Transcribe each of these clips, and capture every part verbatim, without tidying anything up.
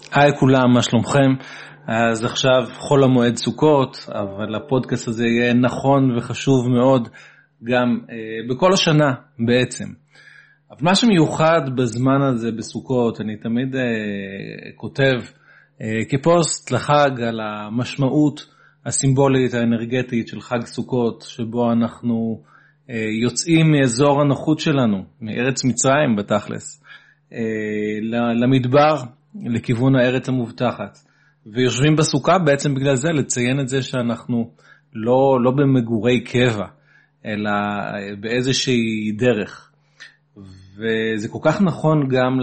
היי כולם, מה שלומכם? אז עכשיו חול המועד סוכות, אבל הפודקאסט הזה יהיה נכון וחשוב מאוד גם אה, בכל השנה בעצם. אבל מה שמיוחד בזמן הזה בסוכות, אני תמיד אה, כותב אה, כפוסט לחג על המשמעות הסימבולית האנרגטית של חג סוכות, שבו אנחנו אה, יוצאים מאזור הנוחות שלנו, מארץ מצרים בתכלס, אה, למדבר, לכיוון הארץ המובטחת, ויושבים בסוכה בעצם בגלל זה, לציין את זה שאנחנו לא, לא במגורי קבע, אלא באיזושהי דרך. וזה כל כך נכון גם, ל,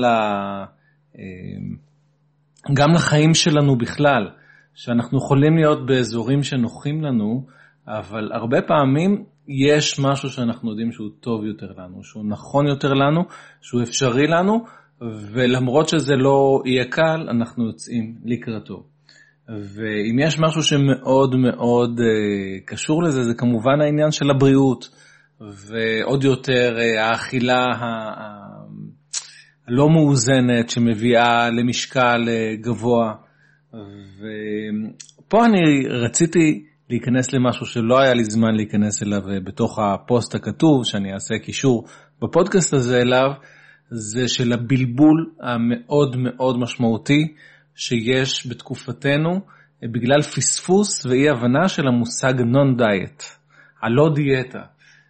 גם לחיים שלנו בכלל, שאנחנו יכולים להיות באזורים שנוחים לנו, אבל הרבה פעמים יש משהו שאנחנו יודעים שהוא טוב יותר לנו, שהוא נכון יותר לנו, שהוא אפשרי לנו, ולמרות שזה לא יהיה קל, אנחנו יוצאים לקראתו. ואם יש משהו שמאוד מאוד uh, קשור לזה, זה כמובן העניין של הבריאות, ועוד יותר uh, האכילה ה- הלא מאוזנת שמביאה למשקל uh, גבוה. ופה אני רציתי להיכנס למשהו שלא היה לי זמן להיכנס אליו בתוך הפוסט הכתוב, שאני אעשה קישור בפודקאסט הזה אליו, זה של הבלבול המאוד מאוד משמעותי שיש בתקופתנו בגלל פספוס ואי הבנה של המושג non-diet, הלא דיאטה.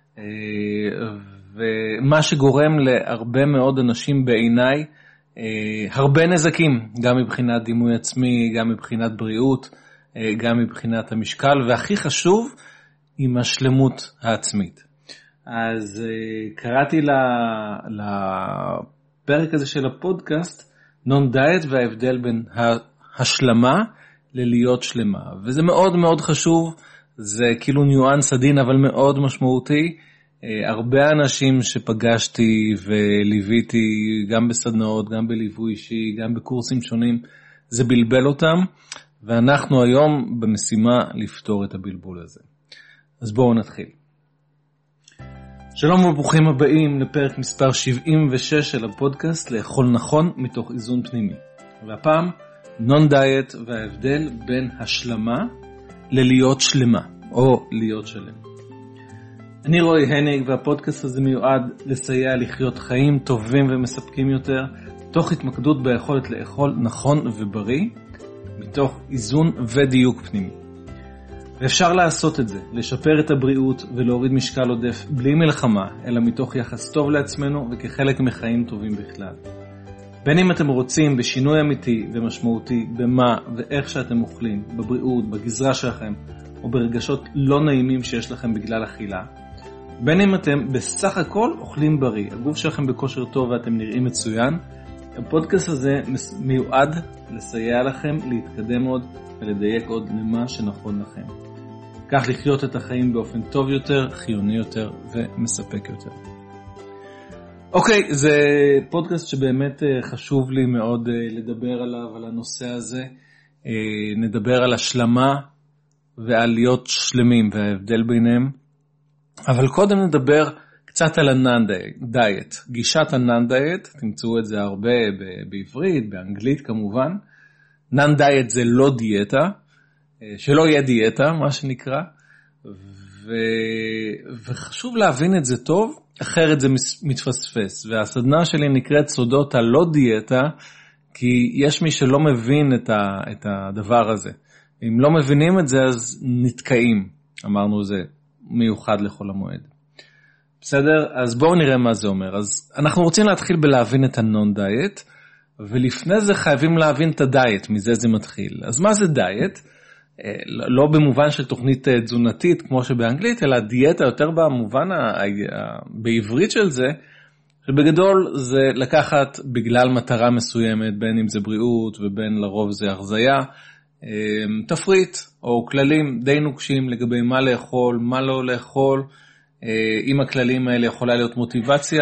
ומה שגורם להרבה מאוד אנשים בעיניי הרבה נזקים, גם מבחינת דימוי עצמי, גם מבחינת בריאות, גם מבחינת המשקל, והכי חשוב, עם השלמות העצמית. אז uh, קראתי לפרק הזה של הפודקאסט, non-diet וההבדל בין השלמה ללהיות שלמה. וזה מאוד מאוד חשוב, זה כאילו ניואנס עדין, אבל מאוד משמעותי. Uh, הרבה אנשים שפגשתי וליוויתי, גם בסדנאות, גם בליווי אישי, גם בקורסים שונים, זה בלבל אותם, ואנחנו היום במשימה לפתור את הבלבול הזה. אז בואו נתחיל. שלום וברוכים הבאים לפרק מספר שבעים ושש של הפודקאסט לאכול נכון מתוך איזון פנימי. והפעם non-diet וההבדל בין השלמה ללהיות שלמה או להיות שלם. אני רועי הניג והפודקאסט הזה מיועד לסייע לחיות חיים טובים ומספקים יותר תוך התמקדות ביכולת לאכול נכון ובריא מתוך איזון ודיוק פנימי. ואפשר לעשות את זה, לשפר את הבריאות ולהוריד משקל עודף בלי מלחמה, אלא מתוך יחס טוב לעצמנו וכחלק מחיים טובים בכלל. בין אם אתם רוצים בשינוי אמיתי ומשמעותי במה ואיך שאתם אוכלים, בבריאות, בגזרה שלכם, או ברגשות לא נעימים שיש לכם בגלל אכילה, בין אם אתם בסך הכל אוכלים בריא, הגוף שלכם בכושר טוב ואתם נראים מצוין, הפודקאסט הזה מיועד לסייע לכם להתקדם עוד ולדייק עוד למה שנכון לכם. כך לחיות את החיים באופן טוב יותר, חיוני יותר ומספק יותר. אוקיי, זה פודקאסט שבאמת חשוב לי מאוד לדבר עליו, על הנושא הזה. נדבר על השלמה ועל להיות שלמים וההבדל ביניהם. אבל קודם נדבר קצת על הנאן-דיאט. גישת הנאן-דיאט, תמצאו את זה הרבה בעברית, באנגלית כמובן. נאן-דיאט זה לא דיאטה, שלא יהיה דיאטה, מה שנקרא, ו... וחשוב להבין את זה טוב, אחרת זה מתפספס. והסדנה שלי נקראת סודות הלא דיאטה, כי יש מי שלא מבין את, ה... את הדבר הזה. אם לא מבינים את זה, אז נתקעים. אמרנו, זה מיוחד לכל המועד. בסדר? אז בואו נראה מה זה אומר. אז אנחנו רוצים להתחיל בלהבין את הנון-דיאט, ולפני זה חייבים להבין את הדיאט, מזה זה מתחיל. אז מה זה דיאט? לא במובן של תוכנית תזונתית כמו שבאנגלית, אלא דיאטה יותר במובן בעברית של זה, שבגדול זה לקחת בגלל מטרה מסוימת, בין אם זה בריאות ובין לרוב זה הרזיה, תפריט או כללים די נוקשים לגבי מה לאכול, מה לא לאכול. עם הכללים האלה יכולה להיות מוטיבציה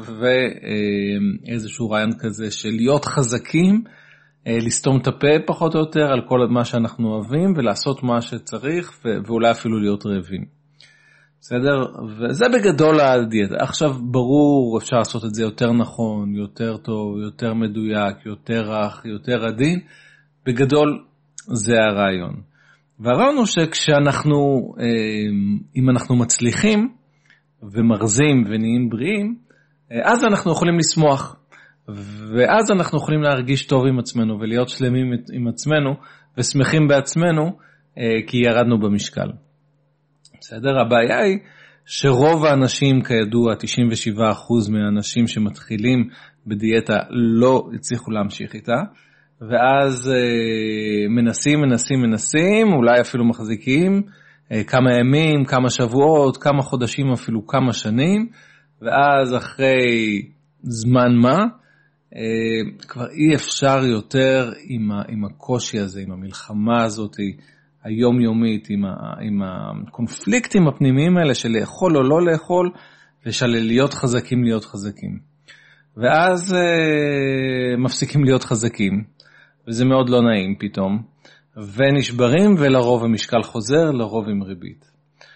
ואיזשהו רעיון כזה של להיות חזקים, לסתום את הפה פחות או יותר על כל מה שאנחנו אוהבים ולעשות מה שצריך ואולי אפילו להיות רעבים. בסדר? וזה בגדול הדיאטה. עכשיו ברור, אפשר לעשות את זה יותר נכון, יותר טוב, יותר מדויק, יותר רך, יותר עדין. בגדול זה הרעיון. והרעיון הוא שכשאנחנו, אם אנחנו מצליחים ומרזים ונהיים בריאים, אז אנחנו יכולים לשמוח. ואז אנחנו יכולים להרגיש טוב עם עצמנו ולהיות שלמים עם עצמנו ושמחים בעצמנו כי ירדנו במשקל. בסדר? הבעיה היא שרוב האנשים, כידוע, תשעים ושבעה אחוז מהאנשים שמתחילים בדיאטה לא הצליחו להמשיך איתה, ואז אה, מנסים, מנסים, מנסים, אולי אפילו מחזיקים אה, כמה ימים, כמה שבועות, כמה חודשים, אפילו כמה שנים, ואז אחרי זמן מה, אה, כבר אי אפשר יותר עם, ה, עם הקושי הזה, עם המלחמה הזאת, היומיומית, עם, ה, עם הקונפליקטים הפנימיים האלה של לאכול או לא לאכול, ושל להיות חזקים, להיות חזקים. ואז אה, מפסיקים להיות חזקים, וזה מאוד לא נעים פתאום, ונשברים, ולרוב המשקל חוזר, לרוב עם ריבית.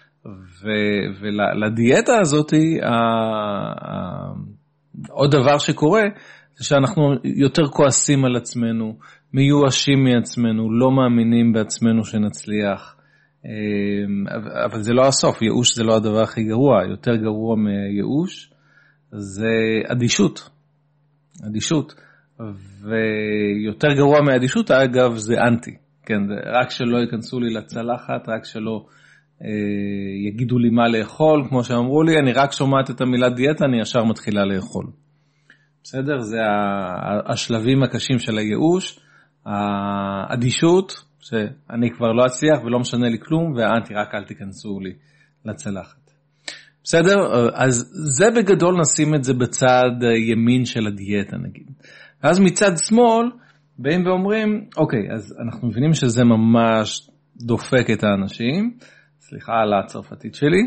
ולדיאטה הזאת, ה, ה, עוד דבר שקורה, זה שאנחנו יותר כועסים על עצמנו, מיואשים מעצמנו, לא מאמינים בעצמנו שנצליח, אבל זה לא הסוף, ייאוש זה לא הדבר הכי גרוע, יותר גרוע מייאוש, זה אדישות, אדישות, ויותר גרוע מאדישות, אגב, זה אנטי, כן, רק שלא ייכנסו לי לצלחת, רק שלא יגידו לי מה לאכול, כמו שאמרו לי, אני רק שומעת את המילה דיאטה, אני ישר מתחילה לאכול. בסדר? זה השלבים הקשים של הייאוש, האדישות, שאני כבר לא אצליח ולא משנה לי כלום, והאנטי רק אל תיכנסו לי לצלחת. בסדר? אז זה בגדול נשים את זה בצד ימין של הדיאטה נגיד. ואז מצד שמאל, באים ואומרים, אוקיי, אז אנחנו מבינים שזה ממש דופק את האנשים, סליחה על הצרפתית שלי,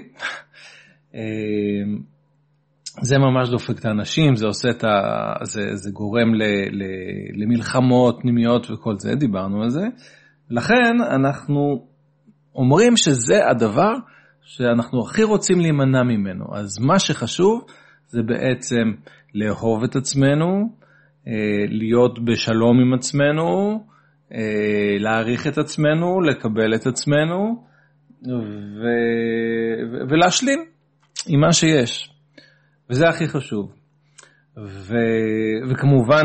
זה ממש דופק את האנשים, זה עושה את ה... זה, זה גורם ל, ל, למלחמות פנימיות וכל זה, דיברנו על זה. לכן אנחנו אומרים שזה הדבר שאנחנו הכי רוצים להימנע ממנו. אז מה שחשוב זה בעצם לאהוב את עצמנו, להיות בשלום עם עצמנו, להעריך את עצמנו, לקבל את עצמנו, ו... ולהשלים עם מה שיש. וזה הכי חשוב. ו... וכמובן,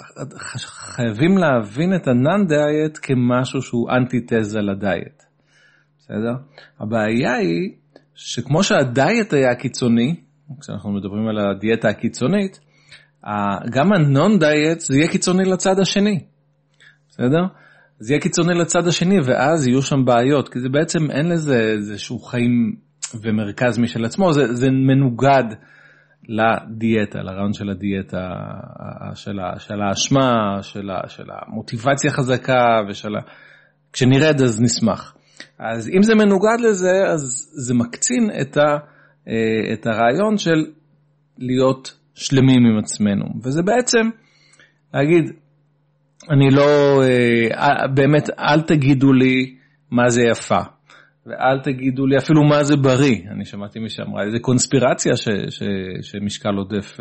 חייבים להבין את הנון-דיאט כמשהו שהוא אנטיתזה לדיאט. בסדר? הבעיה היא שכמו שהדיאט היה קיצוני, כשאנחנו מדברים על הדיאטה הקיצונית, גם הנון-דיאט זה יהיה קיצוני לצד השני. בסדר? זה יהיה קיצוני לצד השני, ואז יהיו שם בעיות, כי זה בעצם אין לזה איזשהו חיים ומרכז משל עצמו, זה, זה מנוגד לדיאטה, לרעיון של הדיאטה, של, של האשמה, של, של המוטיבציה חזקה, ושל, כשנרד אז נשמח. אז אם זה מנוגד לזה, אז זה מקצין את, ה, את הרעיון של להיות שלמים עם עצמנו. וזה בעצם להגיד, אני לא, באמת אל תגידו לי מה זה יפה. ואל תגידו לי אפילו מה זה בריא. אני שמעתי מי שאמרה, זה קונספירציה ש, ש, שמשקל עודף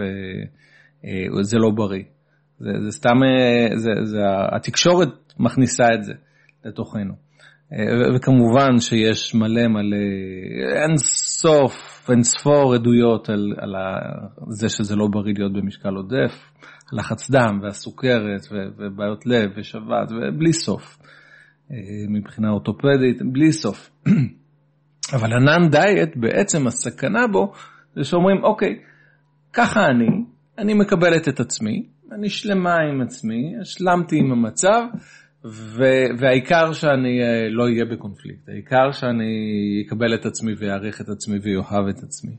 זה לא בריא. זה, זה סתם, זה, זה, התקשורת מכניסה את זה לתוכנו. וכמובן שיש מלא מלא, אין סוף, אין ספור עדויות על, על זה שזה לא בריא להיות במשקל עודף, לחץ דם והסוכרת ובעיות לב ושבת ובלי סוף. מבחינה אורתופדית, בלי סוף. אבל הנון-דיאט, בעצם הסכנה בו, זה שאומרים, אוקיי, ככה אני, אני מקבלת את עצמי, אני שלמה עם עצמי, השלמתי עם המצב, והעיקר שאני לא אהיה בקונפליקט, העיקר שאני אקבל את עצמי ויעריך את עצמי ויאהב את עצמי.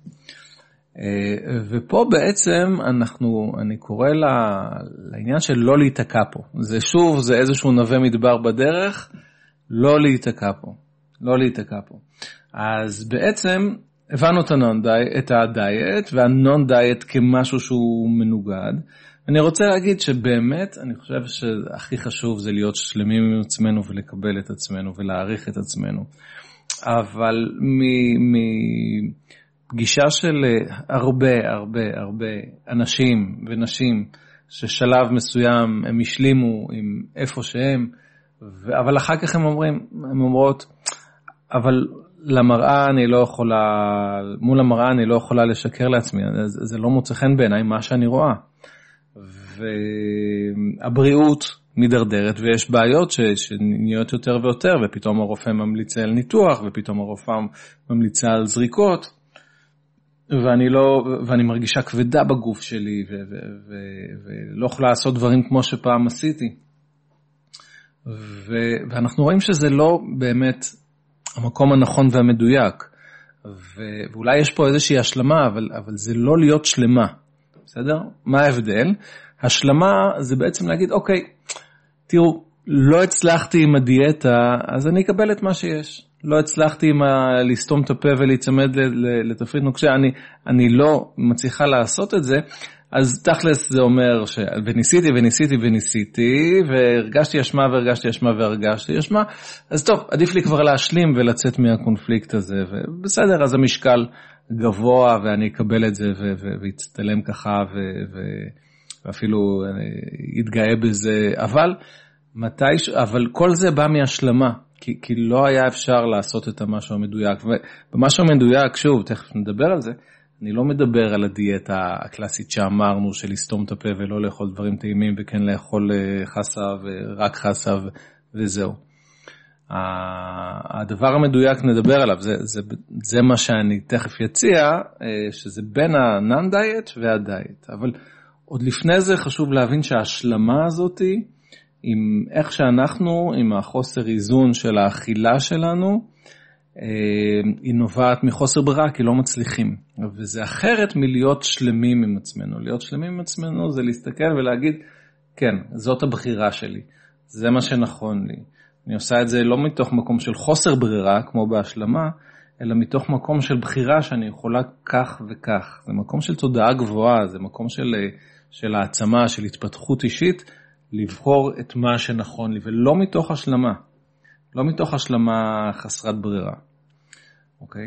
ופה בעצם אנחנו, אני קורא לעניין של לא להיתקע פה. זה שוב, זה איזשהו נווה מדבר בדרך, לא להיתקע פה, לא להיתקע פה. אז בעצם הבנו את הדיאט והנון-דיאט כמשהו שהוא מנוגד. אני רוצה להגיד שבאמת, אני חושב שהכי חשוב זה להיות שלמים עם עצמנו ולקבל את עצמנו ולהעריך את עצמנו. אבל מפגישה של הרבה, הרבה, הרבה אנשים ונשים, ששלב מסוים הם השלימו עם איפה שהם, אבל אחר כך הם אומרים, הם אומרות, אבל למראה אני לא יכולה, מול המראה אני לא יכולה לשקר לעצמי, זה, זה לא מוצא חן בעיניי מה שאני רואה. והבריאות מדרדרת, ויש בעיות ש, שנהיות יותר ויותר, ופתאום הרופא ממליצה על ניתוח, ופתאום הרופא ממליצה על זריקות, ואני לא, ואני מרגישה כבדה בגוף שלי, ו, ו, ו, ולא יכולה לעשות דברים כמו שפעם עשיתי. ו, ואנחנו רואים שזה לא באמת המקום הנכון והמדויק, ו, ואולי יש פה איזושהי השלמה, אבל, אבל זה לא להיות שלמה. בסדר? מה ההבדל? השלמה זה בעצם להגיד, אוקיי, תראו, לא הצלחתי עם הדיאטה, אז אני אקבל את מה שיש. לא הצלחתי עם ה... לסתום את הפה ולהצמד לתפריט נוקשה, אני, אני לא מצליחה לעשות את זה, אז תכלס זה אומר ש... וניסיתי וניסיתי וניסיתי, והרגשתי אשמה והרגשתי אשמה והרגשתי אשמה, אז טוב, עדיף לי כבר להשלים ולצאת מהקונפליקט הזה, ובסדר, אז המשקל גבוה ואני אקבל את זה ויצטלם ככה ואפילו יתגאה בזה, אבל מתי, אבל כל זה בא מהשלמה, כי, כי לא היה אפשר לעשות את המשהו המדויק, ובמשהו המדויק, שוב, תכף נדבר על זה, אני לא מדבר על הדיאטה הקלאסית שאמרנו, של לסתום את הפה ולא לאכול דברים טעימים, וכן לאכול חסה ורק חסה וזהו. הדבר המדויק נדבר עליו, זה, זה, זה מה שאני תכף יציע, שזה בין ה-non-diet וה-diet. אבל עוד לפני זה חשוב להבין שההשלמה הזאת, עם איך שאנחנו, עם החוסר איזון של האכילה שלנו, היא נובעת מחוסר ברירה, כי לא מצליחים. וזה אחרת מלהיות שלמים עם עצמנו. להיות שלמים עם עצמנו זה להסתכל ולהגיד, כן, זאת הבחירה שלי. זה מה שנכון לי. אני עושה את זה לא מתוך מקום של חוסר ברירה, כמו בהשלמה, אלא מתוך מקום של בחירה שאני יכולה כך וכך. זה מקום של תודעה גבוהה, זה מקום של, של העצמה, של התפתחות אישית, לבחור את מה שנכון לי, ולא מתוך השלמה. לא מתוך השלמה חסרת ברירה. אוקיי?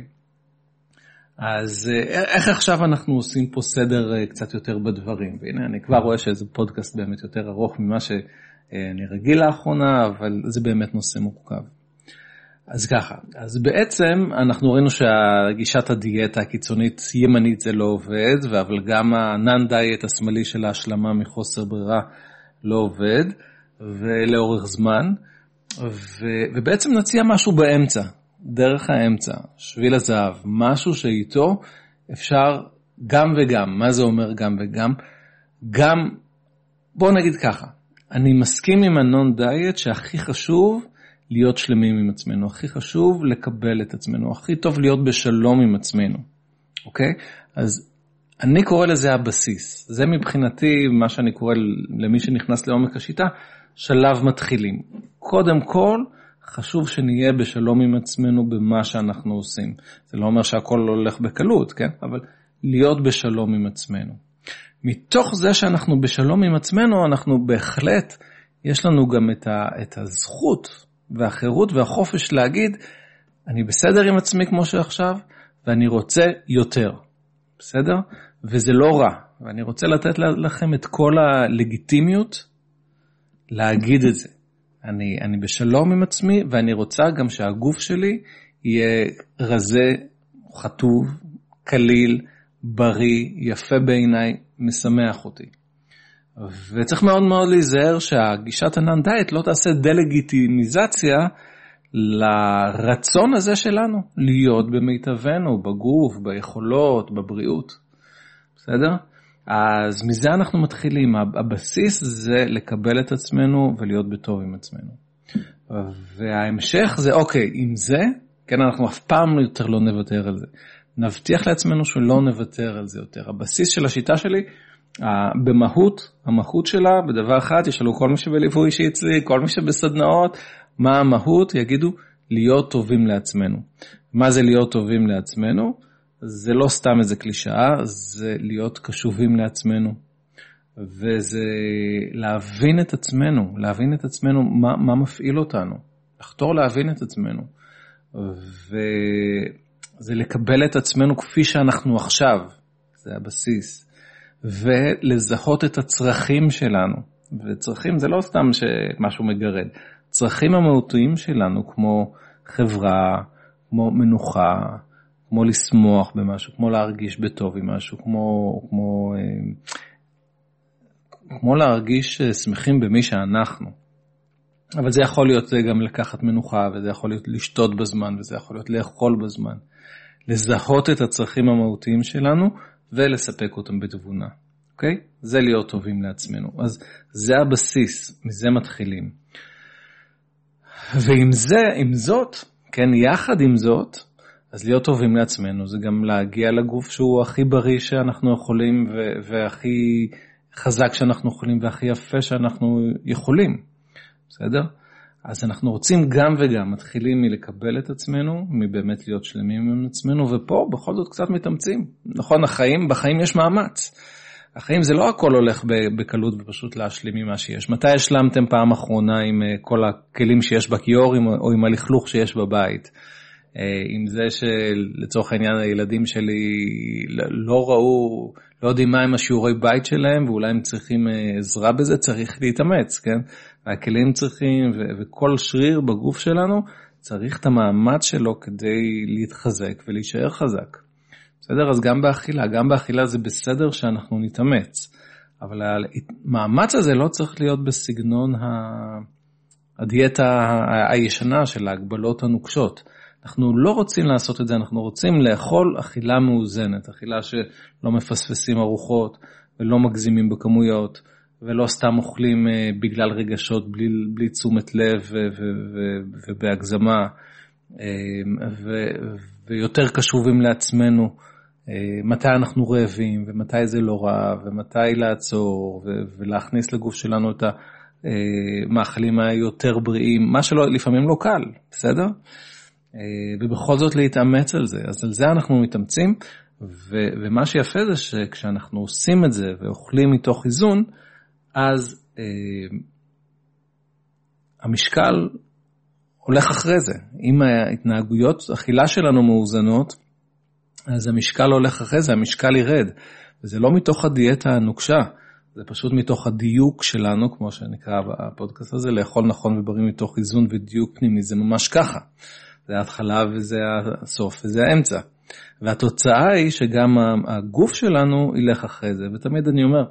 אז איך עכשיו אנחנו עושים פה סדר קצת יותר בדברים? והנה, אני כבר רואה שזה פודקאסט באמת יותר ארוך ממה ש... אני רגיל לאחרונה, אבל זה באמת נושא מורכב. אז ככה, אז בעצם אנחנו ראינו שהגישת הדיאטה הקיצונית ימנית זה לא עובד, אבל גם ה-non-diet השמאלי של ההשלמה מחוסר ברירה לא עובד, ולאורך זמן, ו, ובעצם נציע משהו באמצע, דרך האמצע, שביל הזהב, משהו שאיתו אפשר גם וגם. מה זה אומר גם וגם? גם, בוא נגיד ככה, אני מסכים עם הנון-דיאט שהכי חשוב להיות שלמים עם עצמנו, הכי חשוב לקבל את עצמנו, הכי טוב להיות בשלום עם עצמנו, אוקיי? אז אני קורא לזה הבסיס, זה מבחינתי מה שאני קורא למי שנכנס לעומק השיטה, שלב מתחילים. קודם כל, חשוב שנהיה בשלום עם עצמנו במה שאנחנו עושים. זה לא אומר שהכל לא הולך בקלות, כן? אבל להיות בשלום עם עצמנו. מתוך זה שאנחנו בשלום עם עצמנו, אנחנו בהחלט, יש לנו גם את, ה, את הזכות והחירות והחופש להגיד, אני בסדר עם עצמי כמו שעכשיו, ואני רוצה יותר. בסדר? וזה לא רע. ואני רוצה לתת לכם את כל הלגיטימיות להגיד את זה. אני, אני בשלום עם עצמי, ואני רוצה גם שהגוף שלי יהיה רזה, חטוב, קליל, בריא, יפה בעיניי, משמח אותי. וצריך מאוד מאוד להיזהר שהגישת הנון-דיאט לא תעשה דלגיטימיזציה לרצון הזה שלנו, להיות במיטבנו, בגוף, ביכולות, בבריאות. בסדר? אז מזה אנחנו מתחילים. הבסיס זה לקבל את עצמנו ולהיות בטוב עם עצמנו. וההמשך זה, אוקיי, עם זה, כן, אנחנו אף פעם יותר לא נוותר על זה. נבטיח לעצמנו שלא נוותר על זה יותר. הבסיס של השיטה שלי, במהות, המהות שלה, בדבר אחד, יש לנו כל מי שבליווי אישי אצלי, כל מי שבסדנאות, מה המהות? יגידו, להיות טובים לעצמנו. מה זה להיות טובים לעצמנו? זה לא סתם איזה קלישאה, זה להיות קשובים לעצמנו. וזה להבין את עצמנו, להבין את עצמנו, מה, מה מפעיל אותנו. לחתור להבין את עצמנו. וזה לקבל את עצמנו כפי שאנחנו עכשיו, זה הבסיס, ולזהות את הצרכים שלנו, וצרכים זה לא סתם שמשהו מגרד, צרכים המהותיים שלנו כמו חברה, כמו מנוחה, כמו לשמוח במשהו, כמו להרגיש בטוב עם משהו, כמו, כמו, כמו להרגיש שמחים במי שאנחנו. אבל זה יכול להיות זה גם לקחת מנוחה, וזה יכול להיות לשתות בזמן, וזה יכול להיות לאכול בזמן. לזהות את הצרכים המהותיים שלנו, ולספק אותם בתבונה. אוקיי? זה להיות טובים לעצמנו. אז זה הבסיס, מזה מתחילים. ועם זה, עם זאת, כן, יחד עם זאת, אז להיות טובים לעצמנו, זה גם להגיע לגוף שהוא הכי בריא שאנחנו יכולים, והכי חזק שאנחנו יכולים, והכי יפה שאנחנו יכולים. בסדר? אז אנחנו רוצים גם וגם, מתחילים מלקבל את עצמנו, מבאמת להיות שלמים עם עצמנו, ופה בכל זאת קצת מתאמצים. נכון, החיים, בחיים יש מאמץ. החיים זה לא הכל הולך בקלות ופשוט להשלים עם מה שיש. מתי השלמתם פעם אחרונה עם כל הכלים שיש בכיור, או עם הלכלוך שיש בבית? עם זה שלצורך העניין הילדים שלי לא ראו, לא יודעים מה הם השיעורי בית שלהם, ואולי הם צריכים עזרה בזה, צריך להתאמץ, כן? והכלים צריכים, וכל שריר בגוף שלנו צריך את המאמץ שלו כדי להתחזק ולהישאר חזק. בסדר? אז גם באכילה, גם באכילה זה בסדר שאנחנו נתאמץ, אבל המאמץ הזה לא צריך להיות בסגנון הדיאטה הישנה של ההגבלות הנוקשות. אנחנו לא רוצים לעשות את זה, אנחנו רוצים לאכול אכילה מאוזנת, אכילה שלא מפספסים ארוחות ולא מגזימים בכמויות, ולא סתם אוכלים בגלל רגשות, בלי, בלי תשומת לב ו- ו- ו- ובהגזמה, ו- ויותר קשובים לעצמנו, מתי אנחנו רעבים, ומתי זה לא רעב, ומתי לעצור, ו- ולהכניס לגוף שלנו את המאכלים היותר בריאים, מה שלא, לפעמים לא קל, בסדר? ובכל זאת להתאמץ על זה, אז על זה אנחנו מתאמצים, ו- ומה שיפה זה שכשאנחנו עושים את זה, ואוכלים מתוך איזון, אז אה, המשקל הולך אחרי זה. אם ההתנהגויות, אכילה שלנו מאוזנות, אז המשקל הולך אחרי זה, המשקל ירד. וזה לא מתוך הדיאטה הנוקשה, זה פשוט מתוך הדיוק שלנו, כמו שנקרא בפודקאסט הזה, לאכול נכון ובריא מתוך איזון ודיוק פנימי, זה ממש ככה. זה ההתחלה וזה הסוף וזה האמצע. והתוצאה היא שגם הגוף שלנו ילך אחרי זה. ותמיד אני אומר,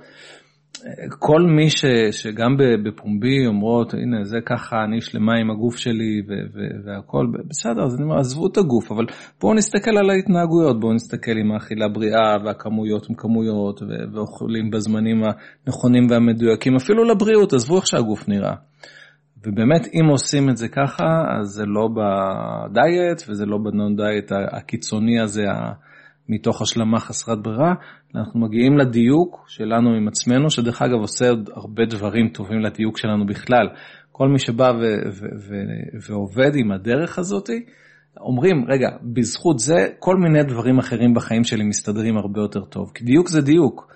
כל מי ש, שגם בפומבי אומרות, הנה זה ככה, אני שלמה עם הגוף שלי ו- ו- והכל, בסדר, אז אני אומר, עזבו את הגוף, אבל בואו נסתכל על ההתנהגויות, בואו נסתכל עם האכילה בריאה והכמויות עם כמויות, ו- ואוכלים בזמנים הנכונים והמדויקים, אפילו לבריאות, עזבו איך שהגוף נראה. ובאמת, אם עושים את זה ככה, אז זה לא בדייט, וזה לא בנון דייט הקיצוני הזה, מתוך השלמה חסרת ברירה, אנחנו מגיעים לדיוק שלנו עם עצמנו, שדרך אגב עושה עוד הרבה דברים טובים לדיוק שלנו בכלל. כל מי שבא ו- ו- ו- ועובד עם הדרך הזאת, אומרים, רגע, בזכות זה, כל מיני דברים אחרים בחיים שלי מסתדרים הרבה יותר טוב, כי דיוק זה דיוק.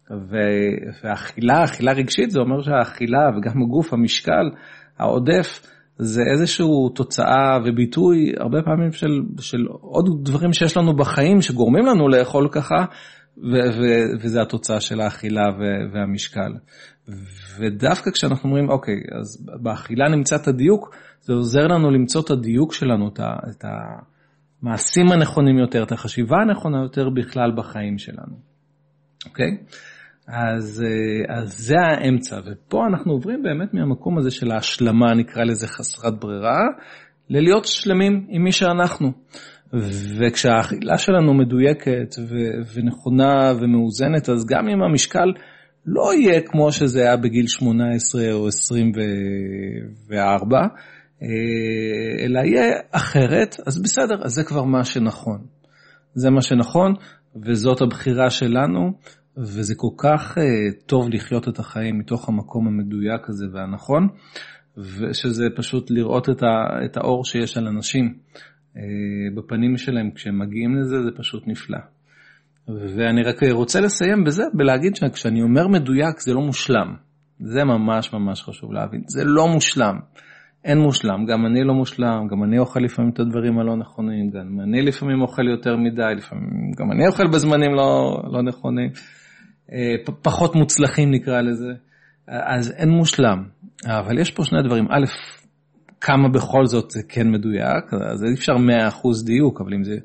ו- והאכילה, אכילה רגשית, זה אומר שהאכילה וגם הגוף, המשקל, העודף, זה איזשהו תוצאה וביטוי הרבה פעמים של, של עוד דברים שיש לנו בחיים שגורמים לנו לאכול ככה, ו, ו, וזה התוצאה של האכילה ו, והמשקל. ודווקא כשאנחנו אומרים, אוקיי, אז באכילה נמצא את הדיוק, זה עוזר לנו למצוא את הדיוק שלנו, את, ה, את המעשים הנכונים יותר, את החשיבה הנכונה יותר בכלל בחיים שלנו. אוקיי? אז, אז זה האמצע, ופה אנחנו עוברים באמת מהמקום הזה של ההשלמה, נקרא לזה חסרת ברירה, ללהיות שלמים עם מי שאנחנו. וכשהאכילה שלנו מדויקת ו- ונכונה ומאוזנת, אז גם אם המשקל לא יהיה כמו שזה היה בגיל שמונה עשרה או עשרים וארבע, אלא יהיה אחרת, אז בסדר, אז זה כבר מה שנכון. זה מה שנכון, וזאת הבחירה שלנו, וזה כל כך uh, טוב לחיות את החיים מתוך המקום המדויק הזה והנכון, ושזה פשוט לראות את, ה, את האור שיש על אנשים uh, בפנים שלהם כשהם מגיעים לזה, זה פשוט נפלא. ואני רק רוצה לסיים בזה, בלהגיד שכשאני אומר מדויק זה לא מושלם, זה ממש ממש חשוב להבין, זה לא מושלם. אין מושלם, גם אני לא מושלם, גם אני אוכל לפעמים את הדברים הלא נכונים, גם אני לפעמים אוכל יותר מדי, לפעמים גם אני אוכל בזמנים לא, לא נכונים, פחות מוצלחים נקרא לזה, אז אין מושלם, אבל יש פה שני דברים, א', כמה בכל זאת זה כן מדויק, אז אי אפשר מאה אחוז דיוק, אבל אם זה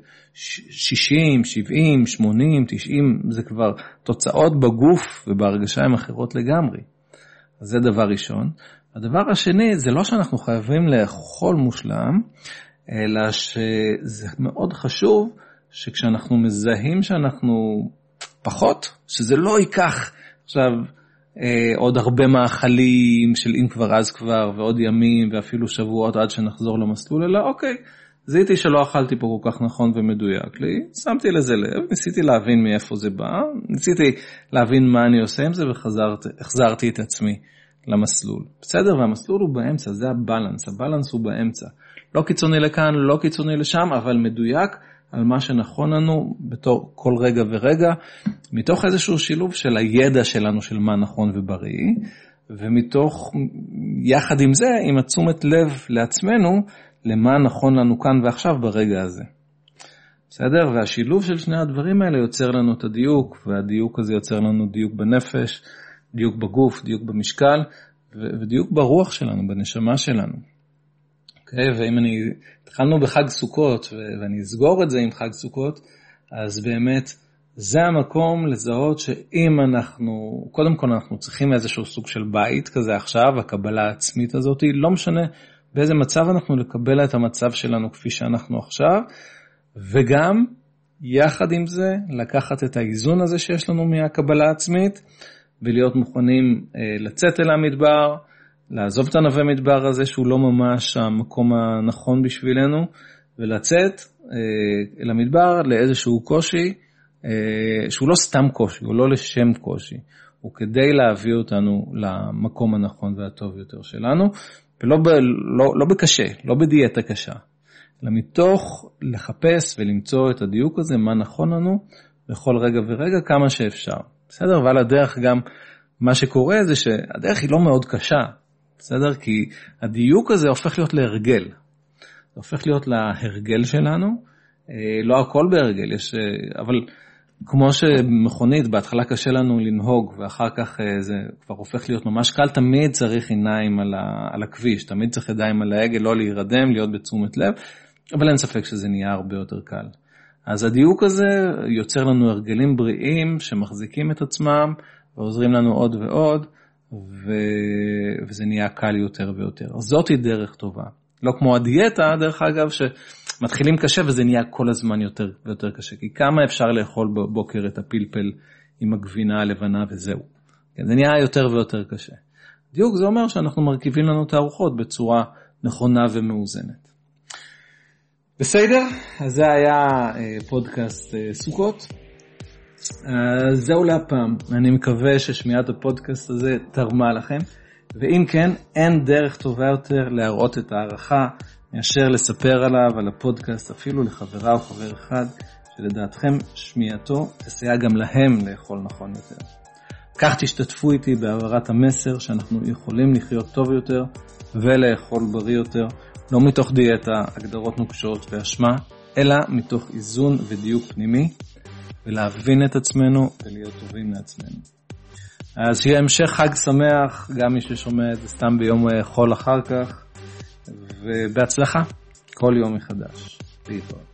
שישים, שבעים, שמונים, תשעים, זה כבר תוצאות בגוף ובהרגשה הם אחרות לגמרי. אז זה דבר ראשון. הדבר השני, זה לא שאנחנו חייבים לאכול מושלם, אלא שזה מאוד חשוב שכשאנחנו מזהים שאנחנו פחות, שזה לא ייקח עכשיו עוד הרבה מאכלים של אם כבר אז כבר, ועוד ימים ואפילו שבועות עד שנחזור למסלול, אלא אוקיי, זיהיתי שלא אכלתי פה כל כך נכון ומדויק לי, שמתי לזה לב, ניסיתי להבין מאיפה זה בא, ניסיתי להבין מה אני עושה עם זה והחזרתי את עצמי למסלול. בסדר, והמסלול הוא באמצע, זה הבלנס, הבלנס הוא באמצע. לא קיצוני לכאן, לא קיצוני לשם, אבל מדויק על מה שנכון לנו בתור כל רגע ורגע, מתוך איזשהו שילוב של הידע שלנו של מה נכון ובריא, ומתוך, יחד עם זה, עם התשומת לב לעצמנו, למה נכון לנו כאן ועכשיו ברגע הזה. בסדר? והשילוב של שני הדברים האלה יוצר לנו את הדיוק, והדיוק הזה יוצר לנו דיוק בנפש, דיוק בגוף, דיוק במשקל, ודיוק ברוח שלנו, בנשמה שלנו. אוקיי? ואם אני, התחלנו בחג סוכות, ואני אסגור את זה עם חג סוכות, אז באמת, זה המקום לזהות שאם אנחנו, קודם כל אנחנו צריכים איזשהו סוג של בית כזה עכשיו, הקבלה העצמית הזאת, לא משנה באיזה מצב אנחנו לקבל את המצב שלנו כפי שאנחנו עכשיו, וגם יחד עם זה לקחת את האיזון הזה שיש לנו מהקבלה העצמית, ולהיות מוכנים אה, לצאת אל המדבר, לעזוב את הנווה מדבר הזה שהוא לא ממש המקום הנכון בשבילנו, ולצאת אה, אל המדבר לאיזשהו קושי, אה, שהוא לא סתם קושי, הוא לא לשם קושי, הוא כדי להביא אותנו למקום הנכון והטוב יותר שלנו, ולא ב, לא, לא בקשה, לא בדיאטה קשה, אלא מתוך לחפש ולמצוא את הדיוק הזה, מה נכון לנו, בכל רגע ורגע כמה שאפשר. בסדר? ועל הדרך גם מה שקורה זה שהדרך היא לא מאוד קשה, בסדר? כי הדיוק הזה הופך להיות להרגל. זה הופך להיות להרגל שלנו, לא הכל בהרגל, יש, אבל כמו שמכונית, בהתחלה קשה לנו לנהוג, ואחר כך זה כבר הופך להיות ממש קל, תמיד צריך עיניים על, ה, על הכביש, תמיד צריך ידיים על ההגה, לא להירדם, להיות בתשומת לב, אבל אין ספק שזה נהיה הרבה יותר קל. אז הדיוק הזה יוצר לנו הרגלים בריאים שמחזיקים את עצמם ועוזרים לנו עוד ועוד, ו... וזה נהיה קל יותר ויותר. אז זאת היא דרך טובה. לא כמו הדיאטה, דרך אגב, שמתחילים קשה וזה נהיה כל הזמן יותר ויותר קשה. כי כמה אפשר לאכול בבוקר את הפלפל עם הגבינה הלבנה וזהו. זה נהיה יותר ויותר קשה. דיוק זה אומר שאנחנו מרכיבים לנו את הארוחות בצורה נכונה ומאוזנת. בסדר? אז זה היה פודקאסט סוכות. אז זהו להפעם. אני מקווה ששמיעת הפודקאסט הזה תרמה לכם. ואם כן, אין דרך טובה יותר להראות את הערכה, מאשר לספר עליו, על הפודקאסט, אפילו לחברה או חבר אחד, שלדעתכם שמיעתו תסייע גם להם לאכול נכון יותר. כך תשתתפו איתי בהעברת המסר שאנחנו יכולים לחיות טוב יותר ולאכול בריא יותר, לא מתוך דיאטה, הגדרות נוקשות ואשמה, אלא מתוך איזון ודיוק פנימי, ולהבין את עצמנו ולהיות טובים לעצמנו. אז שיהיה המשך חג שמח, גם מי ששומע את זה סתם ביום חול אחר כך, ובהצלחה, כל יום מחדש. להתראות.